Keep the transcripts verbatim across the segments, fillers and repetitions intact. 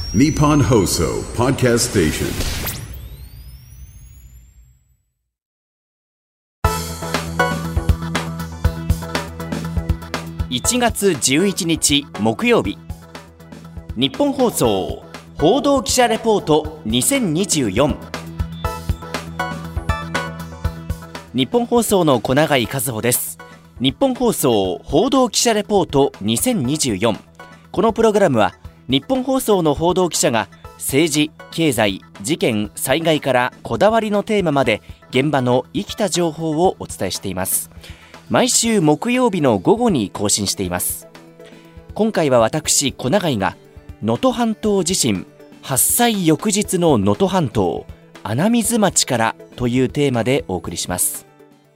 Nippon Hoso Podcast Station。 いちがつじゅういちにち木曜日、日本放送報道記者レポートにせんにじゅうよん。日本放送の小永井和穂です。日本放送報道記者レポートにせんにじゅうよん。このプログラムは日本放送の報道記者が政治、経済、事件、災害からこだわりのテーマまで現場の生きた情報をお伝えしています。毎週木曜日の午後に更新しています。今回は私小永井が能登半島地震発災翌日の能登半島穴水町からというテーマでお送りします。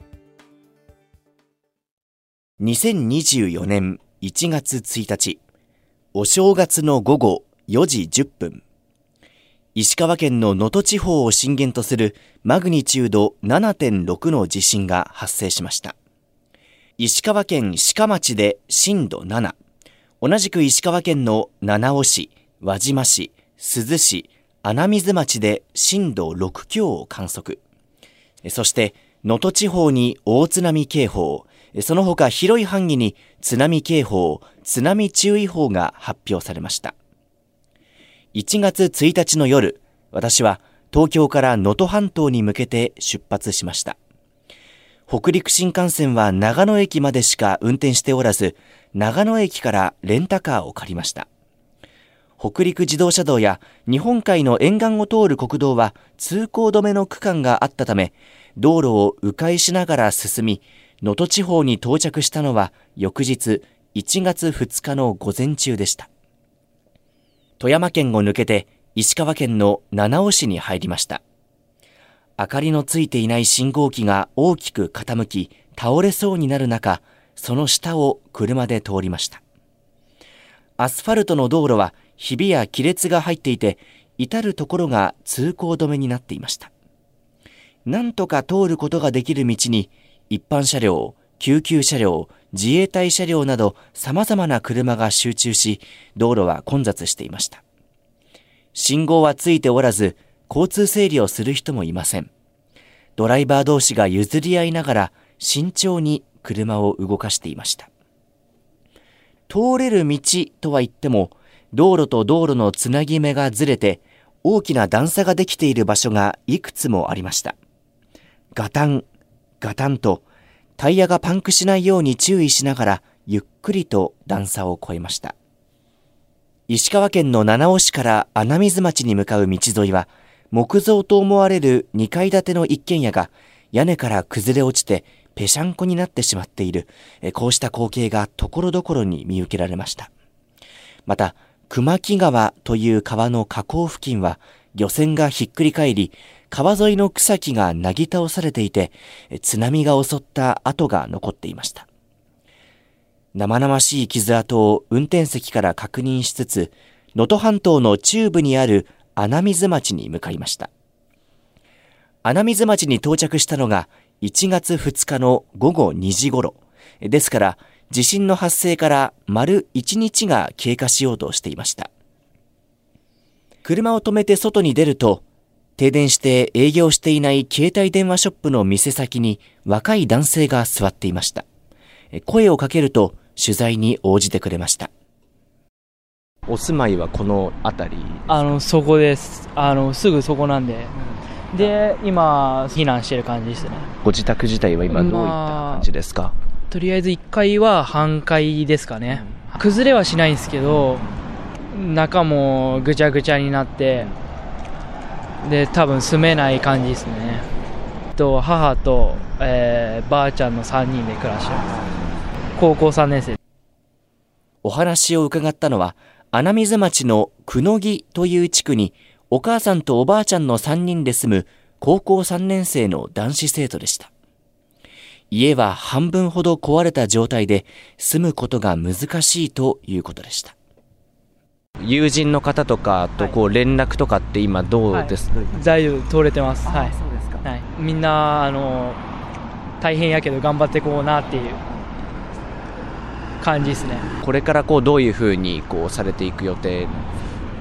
にせんにじゅうよねんいちがつついたち、お正月の午後よじじゅっぷん、石川県の能登地方を震源とするマグニチュード ななてんろく の地震が発生しました。石川県志賀町で震度なな、同じく石川県の七尾市、輪島市、珠洲市、穴水町で震度ろく強を観測。そして能登地方に大津波警報、その他広い範囲に津波警報、津波注意報が発表されました。いちがつついたちの夜、私は東京から能登半島に向けて出発しました。北陸新幹線は長野駅までしか運転しておらず、長野駅からレンタカーを借りました。北陸自動車道や日本海の沿岸を通る国道は通行止めの区間があったため、道路を迂回しながら進み、能登地方に到着したのは翌日いちがつふつかの午前中でした。富山県を抜けて石川県の七尾市に入りました。明かりのついていない信号機が大きく傾き倒れそうになる中、その下を車で通りました。アスファルトの道路はひびや亀裂が入っていて、至るところが通行止めになっていました。なんとか通ることができる道に一般車両、救急車両、自衛隊車両など様々な車が集中し、道路は混雑していました。信号はついておらず、交通整理をする人もいません。ドライバー同士が譲り合いながら慎重に車を動かしていました。通れる道とは言っても、道路と道路のつなぎ目がずれて、大きな段差ができている場所がいくつもありました。ガタン、ガタンとタイヤがパンクしないように注意しながらゆっくりと段差を越えました。石川県の七尾市から穴水町に向かう道沿いは木造と思われるにかい建ての一軒家が屋根から崩れ落ちてぺしゃんこになってしまっている、こうした光景がところどころに見受けられました。また熊木川という川の河口付近は漁船がひっくり返り、川沿いの草木がなぎ倒されていて、津波が襲った跡が残っていました。生々しい傷跡を運転席から確認しつつ、能登半島の中部にある穴水町に向かいました。穴水町に到着したのがいちがつふつかの午後にじごろ。ですから、地震の発生から丸いちにちが経過しようとしていました。車を止めて外に出ると、停電して営業していない携帯電話ショップの店先に若い男性が座っていました。声をかけると取材に応じてくれました。お住まいはこの辺りですか？ あのそこです。あのすぐそこなんで、うん、で今避難してる感じですね。 ご自宅自体は今どういった感じですか？まあ、 とりあえずいっかいは半壊ですかね、うん、崩れはしないんですけど、中もぐちゃぐちゃになってで多分住めない感じですね。と母と、えー、ばあちゃんのさんにんで暮らしてます。高校さんねん生。 お話を伺ったのは穴水町の久野木という地区にお母さんとおばあちゃんのさんにんで住む高校さんねん生の男子生徒でした。家は半分ほど壊れた状態で住むことが難しいということでした。友人の方とかとこう連絡とかって今どうですか？はい、 大丈夫、取れてます。はい、そうですか。はい、みんなあの大変やけど頑張ってこうなっていう感じですね。 これからこうどういうふうにこうされていく予定？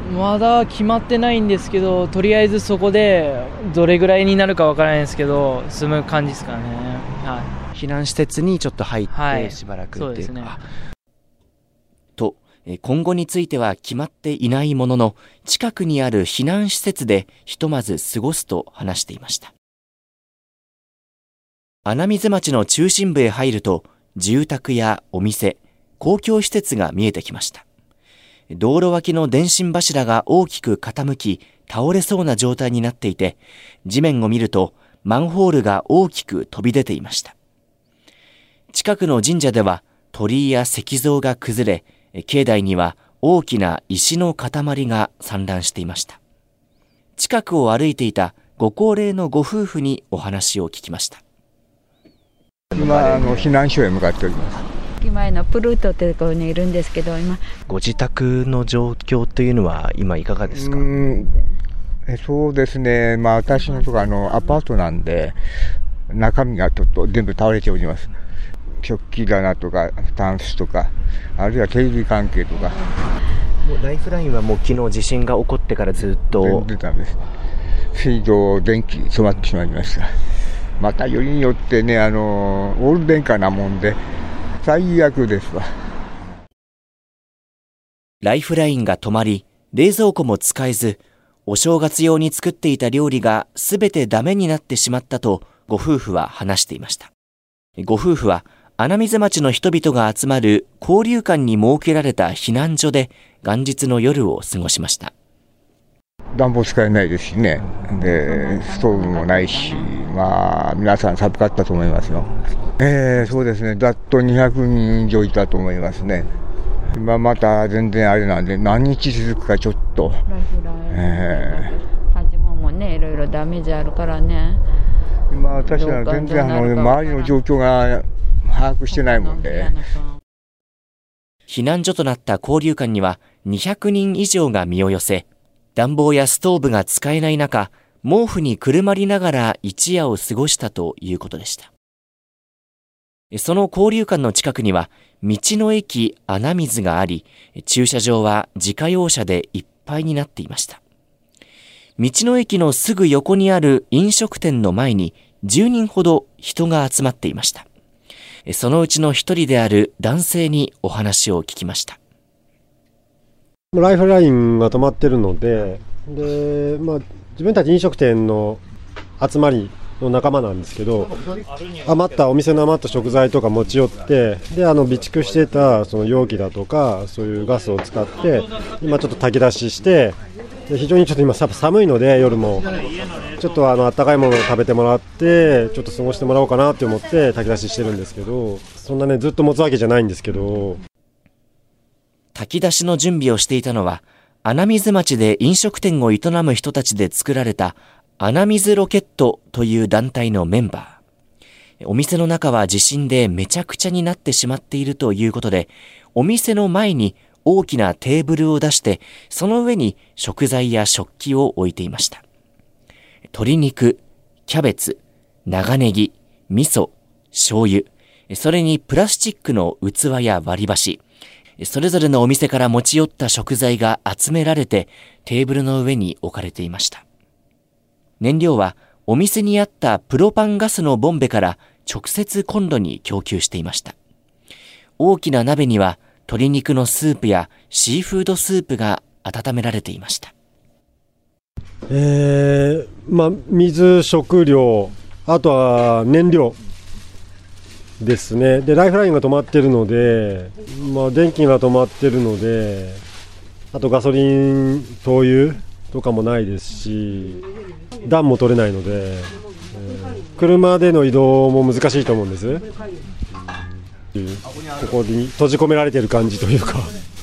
まだ決まってないんですけど、とりあえずそこでどれぐらいになるかわからないんですけど、住む感じですかね。はい、 避難施設にちょっと入ってしばらくっていう、はい、そうですね。と、今後については決まっていないものの、近くにある避難施設でひとまず過ごすと話していました。穴水町の中心部へ入ると、住宅やお店、公共施設が見えてきました。道路脇の電信柱が大きく傾き、倒れそうな状態になっていて、地面を見るとマンホールが大きく飛び出ていました。近くの神社では鳥居や石像が崩れ、境内には大きな石の塊が散乱していました。近くを歩いていたご高齢のご夫婦にお話を聞きました。 今あの避難所へ向かっております。 駅前のプルートというところにいるんですけど、今ご自宅の状況というのは今いかがですか？ うーんえそうですね、まあ、私のところあのアパートなんで中身がちょっと全部倒れております。食器棚とかタンスとか、あるいはテレビ関係とか。 もうライフラインはもう昨日地震が起こってからずっと全然ダメです。水道電気止まってしまいました。またよりによってね、あのオール電化なもんで最悪ですわ。 ライフラインが止まり、冷蔵庫も使えず、お正月用に作っていた料理がすべてダメになってしまったとご夫婦は話していました。ご夫婦は穴水町の人々が集まる交流館に設けられた避難所で元日の夜を過ごしました。 暖房使えないですしね、でストーブもないし、まあ皆さん寒かったと思いますよ。えー、そうですね、ざっとにひゃくにん以上いたと思いますね。今また全然あれなんで、何日続くかちょっと。えー、建物もね、いろいろダメージあるからね。 今私は全然あの周りの状況が把握してないもんで。 避難所となった交流館にはにひゃくにん以上が身を寄せ、暖房やストーブが使えない中、毛布にくるまりながら一夜を過ごしたということでした。その交流館の近くには道の駅穴水があり、駐車場は自家用車でいっぱいになっていました。道の駅のすぐ横にある飲食店の前にじゅうにんほど人が集まっていました。そのうちの一人である男性にお話を聞きました。 ライフラインが止まってるので、で、まあ、自分たち飲食店の集まりの仲間なんですけど、余ったお店の余った食材とか持ち寄って、であの備蓄してたその容器だとかそういうガスを使って今ちょっと炊き出しして、で非常にちょっと今寒いので夜もちょっとあの温かいものを食べてもらってちょっと過ごしてもらおうかなと思って炊き出ししてるんですけど、そんなねずっと持つわけじゃないんですけど。 炊き出しの準備をしていたのは穴水町で飲食店を営む人たちで作られた穴水ロケットという団体のメンバー。お店の中は地震でめちゃくちゃになってしまっているということで、お店の前に大きなテーブルを出して、その上に食材や食器を置いていました。鶏肉、キャベツ、長ネギ、味噌、醤油、それにプラスチックの器や割り箸、それぞれのお店から持ち寄った食材が集められてテーブルの上に置かれていました。燃料はお店にあったプロパンガスのボンベから直接コンロに供給していました。大きな鍋には鶏肉のスープやシーフードスープが温められていました。 えー、まあ水、食料、あとは燃料ですね。でライフラインが止まってるので、まあ、電気が止まってるので、あとガソリン、灯油とかもないですし、暖も取れないので、えー、車での移動も難しいと思うんです。ここに閉じ込められている感じというか。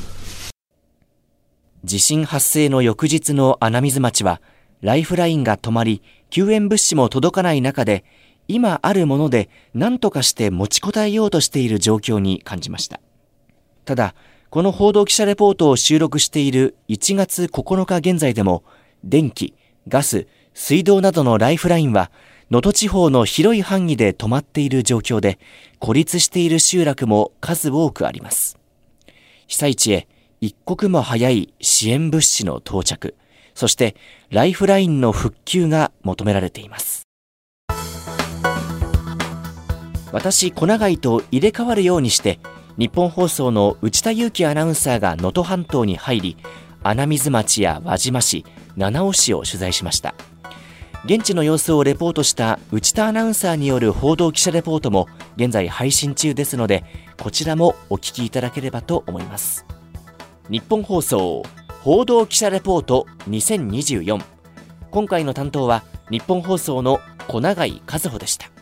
地震発生の翌日の穴水町はライフラインが止まり、救援物資も届かない中で、今あるもので何とかして持ちこたえようとしている状況に感じました。ただ、この報道記者レポートを収録しているいちがつここのか現在でも、電気、ガス、水道などのライフラインは能登地方の広い範囲で止まっている状況で、孤立している集落も数多くあります。被災地へ一刻も早い支援物資の到着、そしてライフラインの復旧が求められています。私、小永井と入れ替わるようにして日本放送の内田裕樹アナウンサーが能登半島に入り、穴水町や輪島市、七尾市を取材しました。現地の様子をレポートした内田アナウンサーによる報道記者レポートも現在配信中ですので、こちらもお聞きいただければと思います。日本放送報道記者レポートにせんにじゅうよん、今回の担当は日本放送の小永井和穂でした。